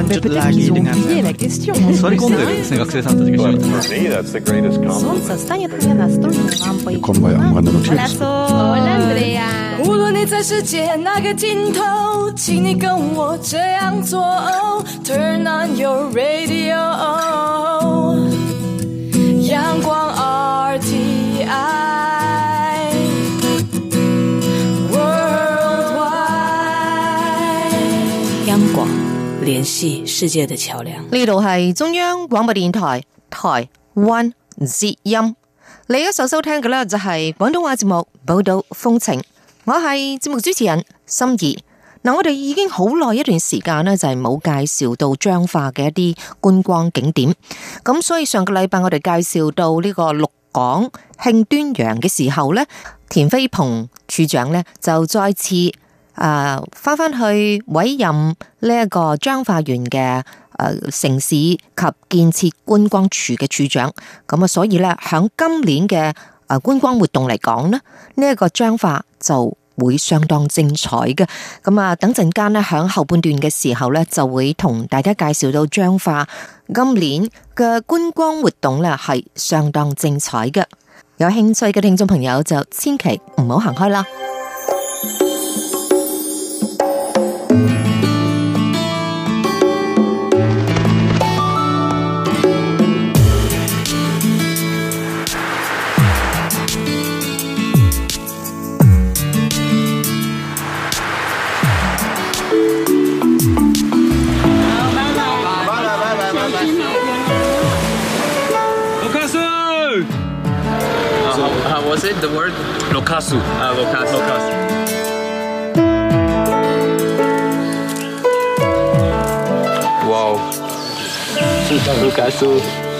peut-être qu'ils ont oublié la question. 座り込んでるんですね、学生さんたちが一緒に。 Солнце станет мне настольной лампой. Hola, Andrea. 无论你在世界哪个尽头，请你跟我这样做。Turn on your radio， 阳光 RTI Worldwide。央廣聯繫世界的橋梁。 呢度係中央廣播電台台灣之音。你一首收聽嘅呢，就係廣東話節目《寶島風情》，我係節目主持人心儀。嗱，我哋已經好耐一段時間呢，就係冇介紹到彰化嘅一啲觀光景點，咁所以上個禮拜我哋介紹到呢個鹿港慶端陽嘅時候呢，田飛鵬處長呢就再次翻去委任呢一個彰化縣嘅城市及建設觀光處嘅處長，咁啊，所以咧響今年嘅觀光活動嚟講咧，呢一個彰化就會相當精彩嘅。咁啊，等陣間咧響後半段嘅時候咧，就會同大家介紹到彰化今年嘅觀光活動咧係相當精彩嘅。有興趣嘅聽眾朋友就千祈唔好行開啦。 Was it the word? Lokasu. Lokasu. Wow. Lokasu.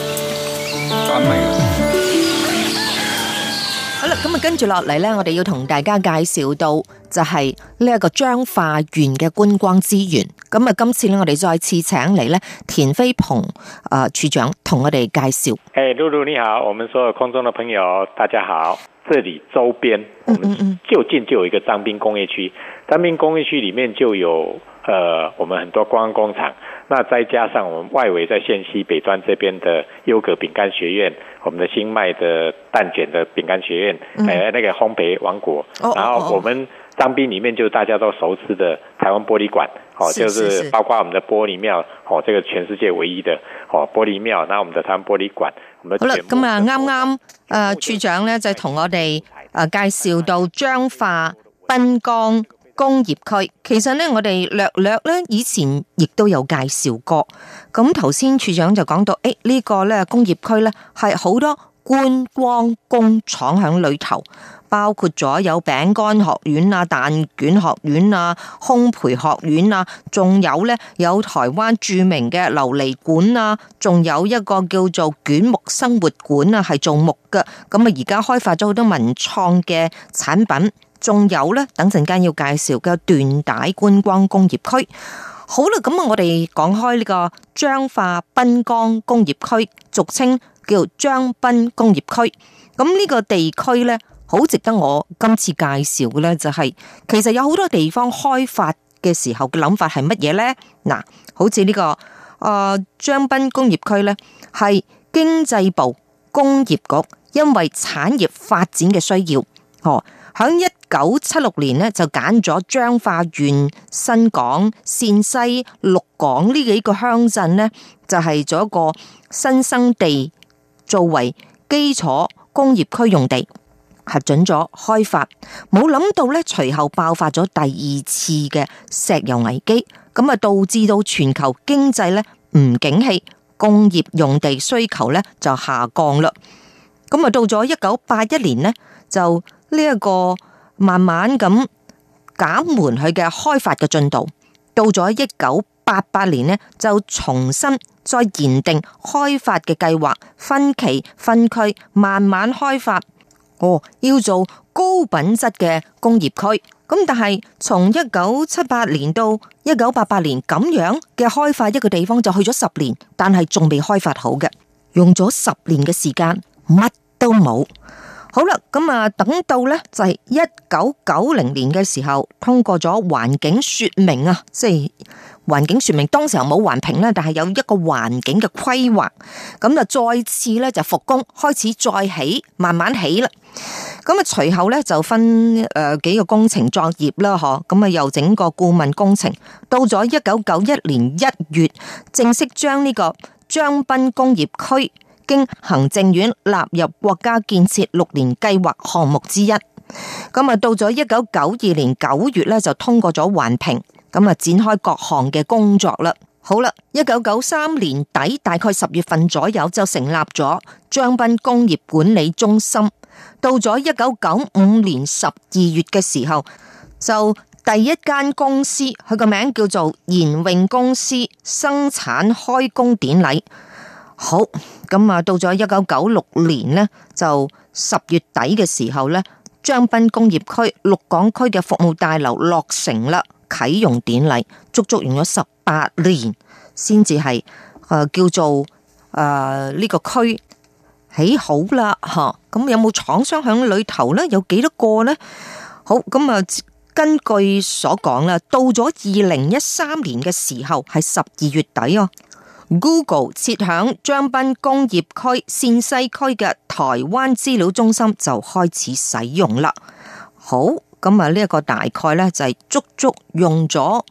好啦，咁啊，跟住落嚟呢，我哋要同大家介紹到就係呢一個彰化縣嘅觀光資源。咁啊，今次呢，我哋再次請嚟呢田飛鵬處長同我哋介紹。 露露你好，我們所有空中的朋友大家好。這裡周邊我們就近就有一個彰濱工業區，彰濱工業區裡面就有我們很多觀光工廠，那再加上我們外圍在線西北端這邊的優格餅乾學院，我們的新麥的蛋卷的餅乾學院，那個烘焙王國，然後我們彰濱裡面就大家都熟知的台灣玻璃館，就是包括我們的玻璃廟，這個全世界唯一的玻璃廟，那我們的台灣玻璃館。 好啦，咁啊，啱啱處長咧就同我哋介紹到彰化濱江工業區。其實咧我哋略咧以前亦都有介紹過。咁頭先處長就講到，呢個咧工業區咧係好多觀光工廠喺裏頭，包括咗有餅乾學院啊、蛋卷學院啊、烘焙學院啊，仲有咧有台灣著名嘅琉璃館啊，仲有一個叫做卷木生活館啊，係做木嘅。咁啊，而家開發咗好多文創嘅產品，仲有咧等陣間要介紹嘅斷帶觀光工業區。好啦，咁啊，我哋講開呢個彰化濱江工業區，俗稱叫彰濱工業區。咁呢個地區咧，好值得我今次介紹嘅咧，就係其實有好多地方開發嘅時候嘅諗法係乜嘢咧？嗱，好似呢個彰濱工業區咧，係經濟部工業局因為產業發展嘅需要，響1976年咧就揀咗彰化縣新港、線西、鹿港呢幾個鄉鎮咧，就係做一個新生地作為基礎工業區用地，核准咗開發。冇諗到咧，隨後爆發咗第二次嘅石油危機，咁啊導致到全球經濟咧唔景氣，工業用地需求咧就下降啦。咁啊到咗1981年咧，就呢一個慢慢咁減緩佢嘅開發嘅進度，到咗1988年呢，就重新再研定開發嘅計劃，分期分區慢慢開發。要做高品質嘅工業區。咁但係從1978年到1988年咁樣嘅開發一個地方就去咗10年，但係仲未開發好嘅，用咗10年嘅時間乜都冇。 好啦，咁啊，等到咧就係1990年嘅時候，通過咗環境說明啊，即係環境說明，當時候冇環評咧，但係有一個環境嘅規劃，咁就再次咧就復工，開始再起，慢慢起啦。咁啊，隨後咧就分幾個工程作業啦，咁啊又整個顧問工程，到咗1991年1月，正式將呢個將軍工業區經行政院納入國家建設6年計劃項目之一。咁啊，到咗1992年9月咧就通過咗環評，咁啊展開各項嘅工作啦。好啦，1993年底大概10月份左右就成立咗將軍工業管理中心。到咗1995年12月嘅時候，就第一間公司，佢個名叫做延榮公司生產開工典禮。好，咁啊到咗1996年呢，就10月底嘅時候呢，將軍工業區鹿港區嘅服務大樓落成啦，啟用典禮足足用咗18年，先至係叫做呢個區起好啦，咁有冇廠商喺裏頭呢？有幾多個呢？好，咁啊，根據所講啦，到咗2013年嘅時候係12月底哦，Google 設響將軍工業區陝西區嘅台灣資料中心就開始使用啦。好，咁啊呢一個大概呢，就係足足用咗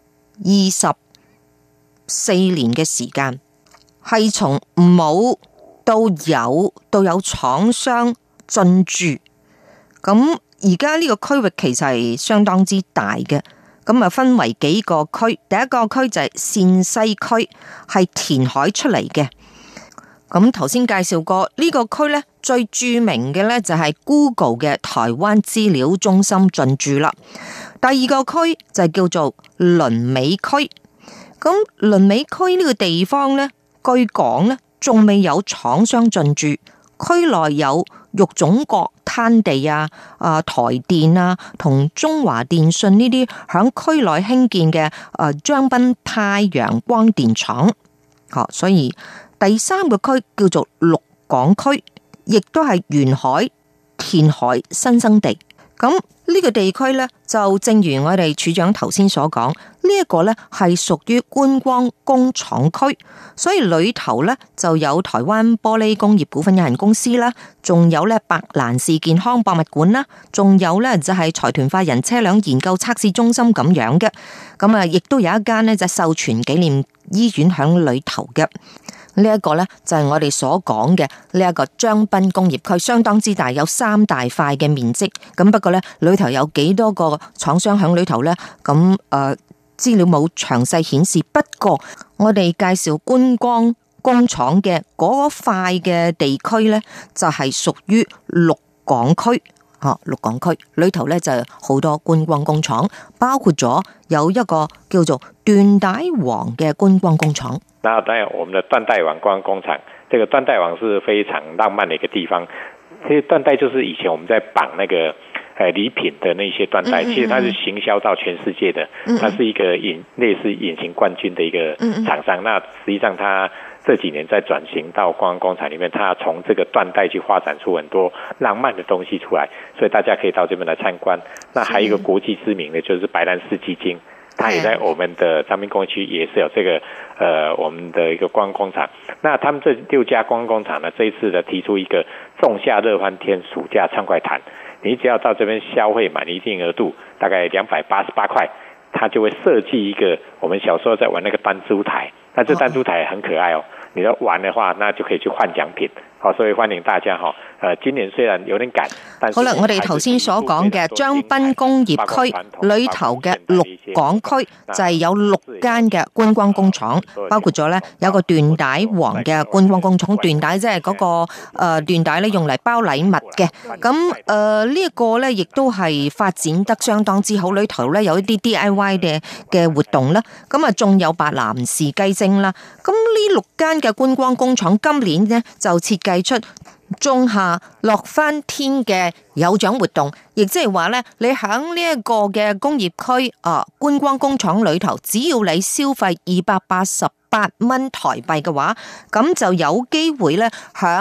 24年嘅時間，係從冇到有廠商進駐，咁而家呢個區域其實係相當之大嘅，咁啊分為幾個區，第一個區就係陝西區，係填海出嚟嘅。咁頭先介紹過呢個區呢，最著名嘅呢就係 Google 嘅台灣資料中心進駐啦。第二個區就叫做崙尾區，咁崙尾區呢個地方呢，據講呢仲未有廠商進駐，區內有育種國灘地啊、台電啊同中華電信呢啲響區內興建嘅將軍太陽光電廠，所以第三個區叫做鹿港區，亦都係沿海填海新生地。咁呢個地區呢，就正如我哋處長頭先所講，呢一個呢係屬於觀光工廠區，所以裏頭呢就有台灣玻璃工業股份有限公司啦，仲有呢白蘭氏健康博物館啦，仲有呢就係財團法人車輛研究測試中心咁樣嘅。咁啊，亦都有一間呢就秀傳紀念醫院響裏頭嘅。呢一個呢，就係我哋所講嘅呢一個將軍工業區，相當之大，有3大塊嘅面積。咁不過呢，裏頭有幾多個廠商響裏頭呢？咁資料冇詳細顯示。不過我哋介紹觀光工廠嘅嗰塊嘅地區呢，就係屬於鹿港區。鹿港區裏頭呢，就好多觀光工廠，包括咗有一個叫做斷帶網嘅觀光工廠。 那當然我們的斷帶網觀光工廠，這個斷帶網是非常浪漫的一個地方。其實斷帶就是以前我們在綁那個禮品的那些斷帶，其實它是行銷到全世界的，它是一個類似隱形冠軍的一個廠商。那實際上它這幾年在轉型到觀光工廠裡面，它從這個斷帶去發展出很多浪漫的東西出來，所以大家可以到這邊來參觀。那還有一個國際知名的就是白蘭氏基金，它也在我們的彰濱工業區也是有這個我們的一個觀光工廠。那他們這6家觀光工廠呢，這一次呢提出一個仲夏樂歡天暑假暢快談，你只要到這邊消費滿一定額度，大概288塊，它就會設計一個我們小時候在玩那個彈珠台，那這彈珠台很可愛哦，你要玩的話，那就可以去換獎品。好，所以歡迎大家哈。今年雖然有點趕，但好啦，我哋頭先所講嘅將軍工業區裏頭嘅鹿港區就係有6間嘅觀光工廠，包括咗咧有個斷帶網嘅觀光工廠，斷帶即係嗰個斷帶咧用嚟包禮物嘅。咁呢一個咧亦都係發展得相當之好，裏頭咧有一啲 DIY 嘅活動啦。咁啊，仲有白蘭氏雞精啦。咁呢6間嘅觀光工廠今年呢就設計出仲夏樂翻天嘅有獎活動，亦即係話咧，你喺呢一個嘅工業區觀光工廠裏頭，只要你消費288蚊台幣嘅話，咁就有機會咧喺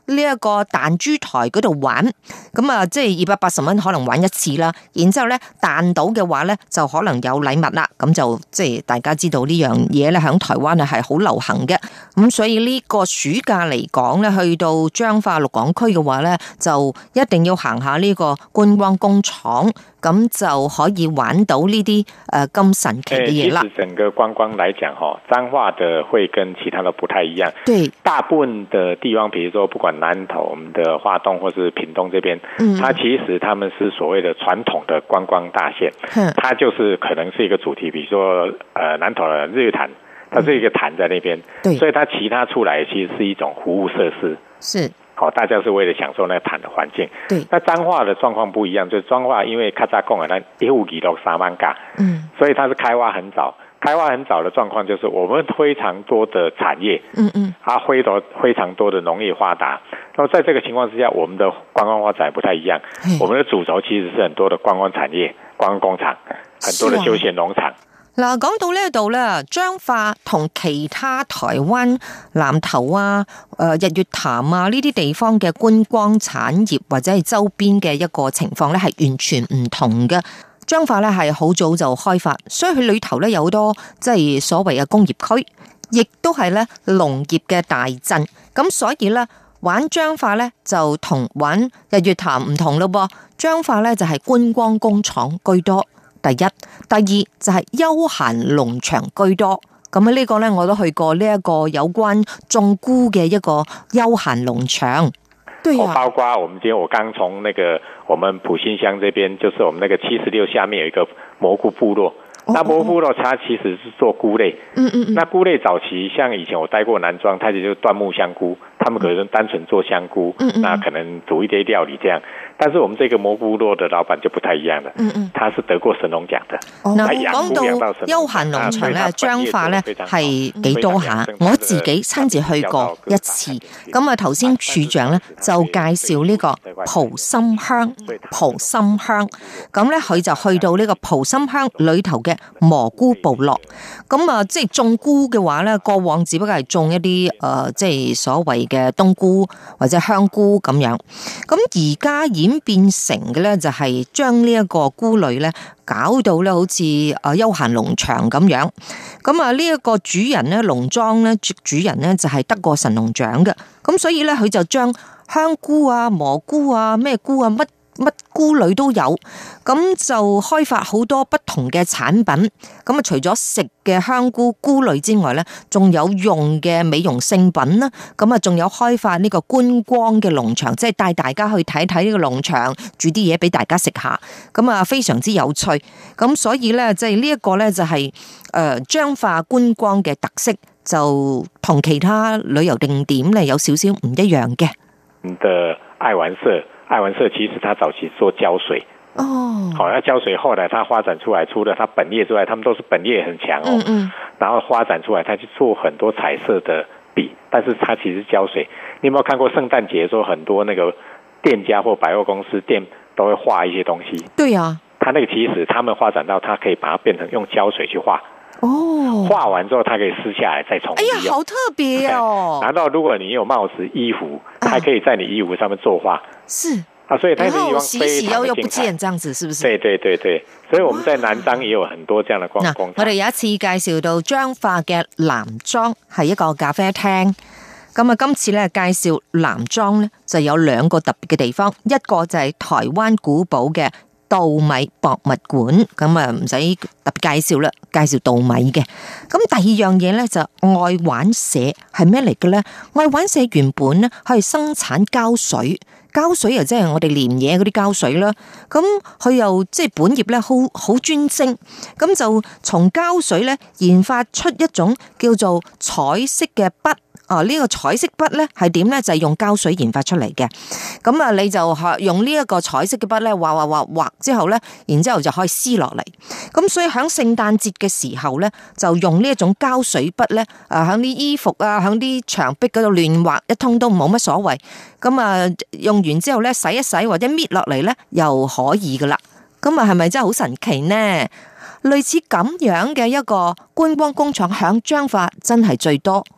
呢一個彈珠台嗰度玩，咁啊即係280蚊可能玩一次啦，然之後咧彈到嘅話咧就可能有禮物啦，咁就即係大家知道呢樣嘢咧喺台灣咧係好流行嘅，咁所以呢個暑假嚟講咧，去到彰化鹿港區嘅話咧，就一定要行下呢個觀光工廠，咁就可以玩到呢啲咁神奇嘅嘢啦。 其實整個觀光來講，彰化的會跟其他的不太一樣。 對， 大部分的地方，比如說不管南投、我們的花東或是屏東這邊，它其實他們是所謂的傳統的觀光大縣，它就是可能是一個主題，比如說南投的日月潭，它是一個潭在那邊，所以它其他出來其實是一種服務設施。 是。 大家是為了享受那個潭的環境。 對， 那彰化的狀況不一樣，就是彰化因為較早講的那152-3萬甲，所以它是開挖很早。開挖很早的狀況就是我們非常多的產業，非常多的農業發達。然後在這個情況之下，我們的觀光發展不太一樣。我們的主軸其實是很多的觀光產業、觀光工廠，很多的休閒農場。 嗱，講到呢度咧，彰化同其他台灣南投啊、日月潭啊呢啲地方嘅觀光產業或者係周邊嘅一個情況咧，係完全唔同嘅。彰化咧係好早就開發，所以佢裏頭咧有好多即係所謂嘅工業區，亦都係咧農業嘅大鎮。咁所以咧玩彰化咧就同玩日月潭唔同咯噃。彰化咧就係觀光工廠居多。第一，第二就係休閒農場居多，咁呢個呢，我都去過呢一個有關種菇嘅一個休閒農場。對啊， 包括我剛從那個我們埔心鄉這邊，就是我們那個76下面有一個蘑菇部落。那蘑菇部落它其實是做菇類，那菇類早期像以前我待過南莊，它就是椴木香菇，他們可能單純做香菇，那可能煮一啲料理這樣。但是我們這個蘑菇部落的老闆就不太一樣了，他是得過神農獎的。 講到休閒農場咧，彰化咧係幾多下，我自己親自去過一次。咁啊，頭先處長咧就介紹呢個蒲心鄉，咁咧佢就去到呢個蒲心鄉裏頭嘅蘑菇部落。咁啊，即係種菇嘅話咧，過往只不過係種一啲即係所謂嘅冬菇或者香菇咁樣。咁而家演變成嘅咧就係將呢一個菇類咧搞到咧好似休閒農場咁樣。咁啊呢一個主人咧農莊咧主人咧就係得過神農獎嘅。咁所以咧佢就將香菇啊、蘑菇啊、咩菇啊乜菇類都有，咁就開發好多不同嘅產品。咁啊，除咗食嘅香菇菇類之外咧，仲有用嘅美容聖品啦。咁啊，仲有開發呢個觀光嘅農場，即係帶大家去睇睇呢個農場，煮啲嘢俾大家食下。咁啊，非常之有趣。咁所以咧，即係呢一個咧就係彰化觀光嘅特色，就同其他旅遊定點咧有少少唔一樣嘅。 愛玩社其實它早期做膠水那膠水後來它發展出來，除了它本業之外，他們都是本業很強然後發展出來，它去做很多彩色的筆，但是它其實膠水。你有沒有看過聖誕節的時候，很多那個店家或百貨公司店都會畫一些東西？對啊，它那個其實他們發展到，它可以把它變成用膠水去畫。畫完之後，它可以撕下來再重新用。哎呀，好特別哦！然後如果你有帽子、衣服，它還可以在你衣服上面作畫。是啊，所以它地方非常的精彩。洗又不見，這樣子是不是？對，所以我們在南莊也有很多這樣的觀光工廠。我哋有一次介紹到彰化嘅南莊係一個咖啡廳，咁啊，今次咧介紹南莊咧就有兩個特別嘅地方，一個就係台灣古堡嘅稻米博物館，咁啊唔使特別介紹啦，介紹稻米嘅。咁第二樣嘢咧就愛玩社係咩嚟嘅咧？愛玩社原本咧係生產膠水，膠水又即係我哋黏嘢嗰啲膠水啦。咁佢又即係本業咧好專精，咁就從膠水咧研發出一種叫做彩色嘅筆。呢個彩色筆咧係點咧？就係用膠水研發出嚟嘅。咁啊，你就用呢一個彩色嘅筆咧畫之後咧，然之後就可以撕落嚟。咁所以喺聖誕節嘅時候咧，就用呢一種膠水筆咧，喺啲衣服啊，喺啲牆壁嗰度亂畫一通都冇乜所謂。咁啊，用完之後咧，洗一洗或者搣落嚟咧，又可以噶啦。咁啊，係咪真係好神奇呢？類似咁樣嘅一個觀光工廠響彰化真係最多。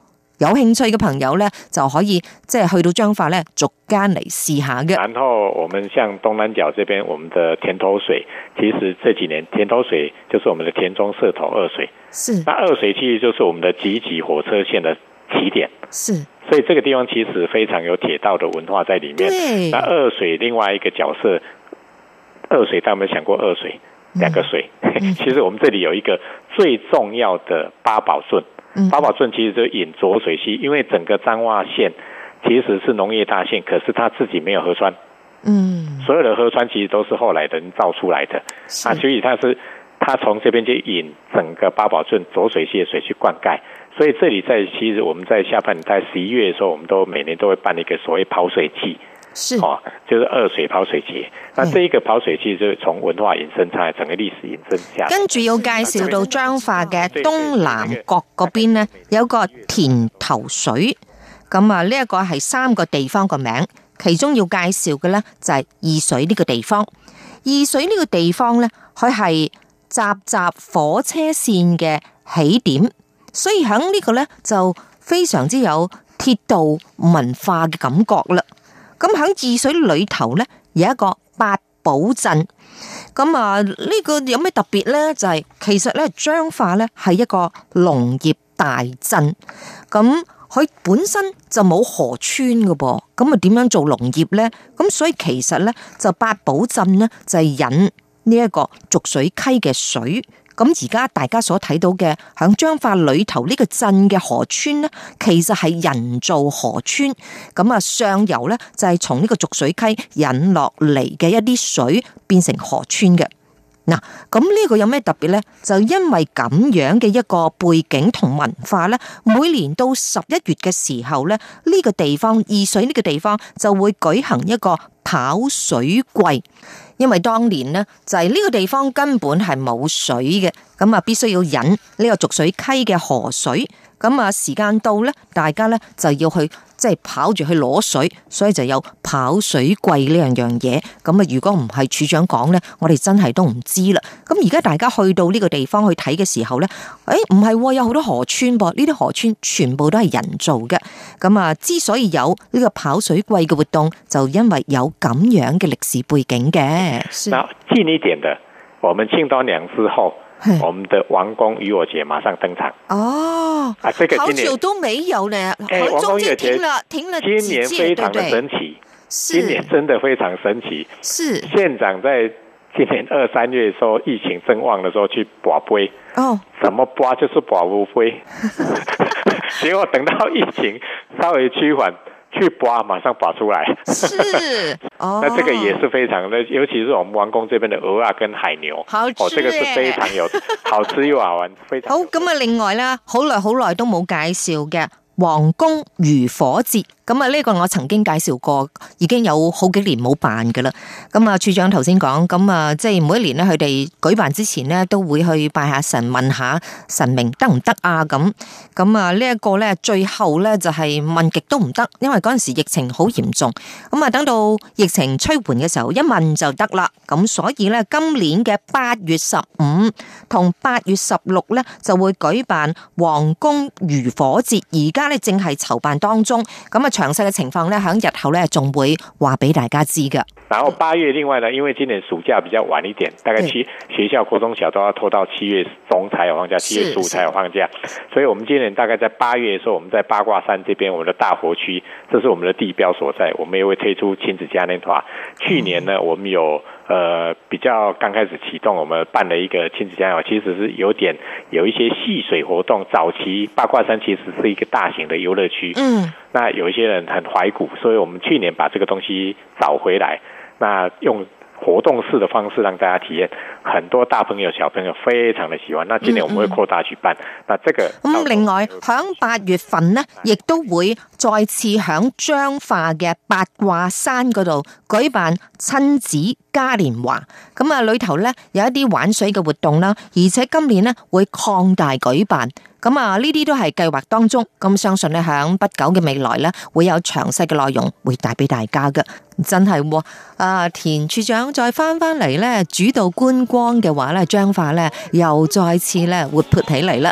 有興趣嘅朋友咧，就可以即係去到彰化咧，逐間嚟試下嘅。 然後我們像東南角這邊，我們的田頭水，其實這幾年田頭水就是我們的田中社頭二水。 是。 那二水其實就是我們的集集火車線的起點。 是。 所以這個地方其實非常有鐵道的文化在裡面。 對。 那二水另外一個角色，二水大家有沒有想過二水？兩個水，其實我們這裡有一個最重要的八寶圳。八寶圳其實就引濁水溪，因為整個彰化縣其實是農業大縣，可是它自己沒有河川。所有的河川其實都是後來人造出來的。所以它從這邊就引整個八寶圳濁水溪的水去灌溉。所以這裡其實我們在下半年在11月的時候，我們都每年都會辦一個所謂跑水季。 是就是二水跑水節。那這一個跑水季就是從文化引申出來，整個歷史引申下來。 跟住要介紹到彰化嘅東南角嗰邊呢，有個田頭水。咁啊，呢一個係3個地方個名，其中要介紹嘅呢就係二水呢個地方。二水呢個地方呢，佢係集火車線嘅起點，所以喺呢個呢就非常之有鐵道文化嘅感覺啦。咁喺二水裏頭咧，有一個八寶鎮。咁啊，呢個有咩特別咧？就係其實咧，彰化咧係一個農業大鎮。咁佢本身就冇河川㗎噃，咁啊點樣做農業咧？咁所以其實咧，就八寶鎮咧就係引呢一個濁水溪嘅水。咁而家大家所睇到嘅響彰化裏頭呢個鎮嘅河川呢，其實係人造河川。咁啊，上游呢，就係從呢個濁水溪引落嚟嘅一啲水變成河川嘅。嗱，咁呢個有咩特別呢？就因為咁樣嘅一個背景同文化呢，每年到11月嘅時候呢，呢個地方二水呢個地方就會舉行一個跑水季。因為當年呢，就係呢個地方根本係冇水嘅，咁啊必須要引呢個濁水溪嘅河水，咁啊時間到呢，大家呢就要去即係跑住去攞水，所以就有跑水季呢樣嘢。咁啊如果唔係處長講呢，我哋真係都唔知啦。咁而家大家去到呢個地方去睇嘅時候呢，唔係，有好多河川噃，呢啲河川全部都係人造嘅。咁啊之所以有呢個跑水季嘅活動，就因為有咁樣嘅歷史背景嘅。 那近一點的，我們慶端娘之後，我們的王宮漁火節馬上登場。 哦， 這個好久都沒有呢，中間停了幾屆， 今年非常的神奇，今年真的非常神奇。是縣長在今年2、3月的時候，疫情正旺的時候去拔杯，怎麼拔就是拔不杯，結果等到疫情稍微趨緩。去拔，馬上拔出來。是，那這個也是非常的，尤其是我們王宮這邊的蚵仔跟海牛， 好吃， 這個是非常有好吃又好玩，非常好。 咁啊，另外咧，好耐都冇介紹嘅王宮漁火節。咁啊，呢個我曾經介紹過，已經有好幾年冇辦噶啦。咁啊，處長頭先講，咁啊，即係每一年咧，佢哋舉辦之前咧，都會去拜下神，問下神明得唔得啊？咁啊，呢一個咧，最後咧就係問極都唔得，因為嗰陣時疫情好嚴重。咁啊，等到疫情趨緩嘅時候，一問就得啦。咁所以咧，今年嘅8月15同8月16咧，就會舉辦王宮漁火節。而家咧正係籌辦當中。咁啊，詳細嘅情況咧，喺日後咧仲會話俾大家知噶。 然後8月，另外呢，因為今年暑假比較晚一點，大概學校國中小都要拖到7月中才有放假，7月15才有放假，所以我們今年大概在8月的時候，我們在八卦山這邊，我們的大活區，這是我們的地標所在，我們也會推出親子嘉年華。去年呢，我們有比較剛開始啟動，我們辦了一個親子嘉年華，其實是有一些戲水活動。早期八卦山其實是一個大型的遊樂區，那有一些人很懷古，所以我們去年把這個東西找回來。那用活動式的方式讓大家體驗，很多大朋友小朋友非常的喜歡。那今年我們會擴大舉辦。那這個咁另外響8月份呢，亦都會再次響彰化嘅八卦山嗰度舉辦親子嘉年華。咁啊裏頭呢，有一啲玩水嘅活動啦，而且今年呢會擴大舉辦。咁啊呢啲都係計劃當中，咁相信呢，響不久嘅未來呢，會有詳細嘅內容會帶俾大家嘅。真係田處長再翻嚟呢，主導觀光嘅話呢，彰化呢又再次呢活潑起嚟啦。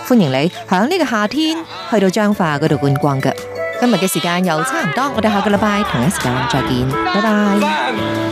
歡迎你響呢個夏天去到彰化嗰度觀光嘅。今日嘅時間又差唔多，我哋下個禮拜同一時間再見，拜拜。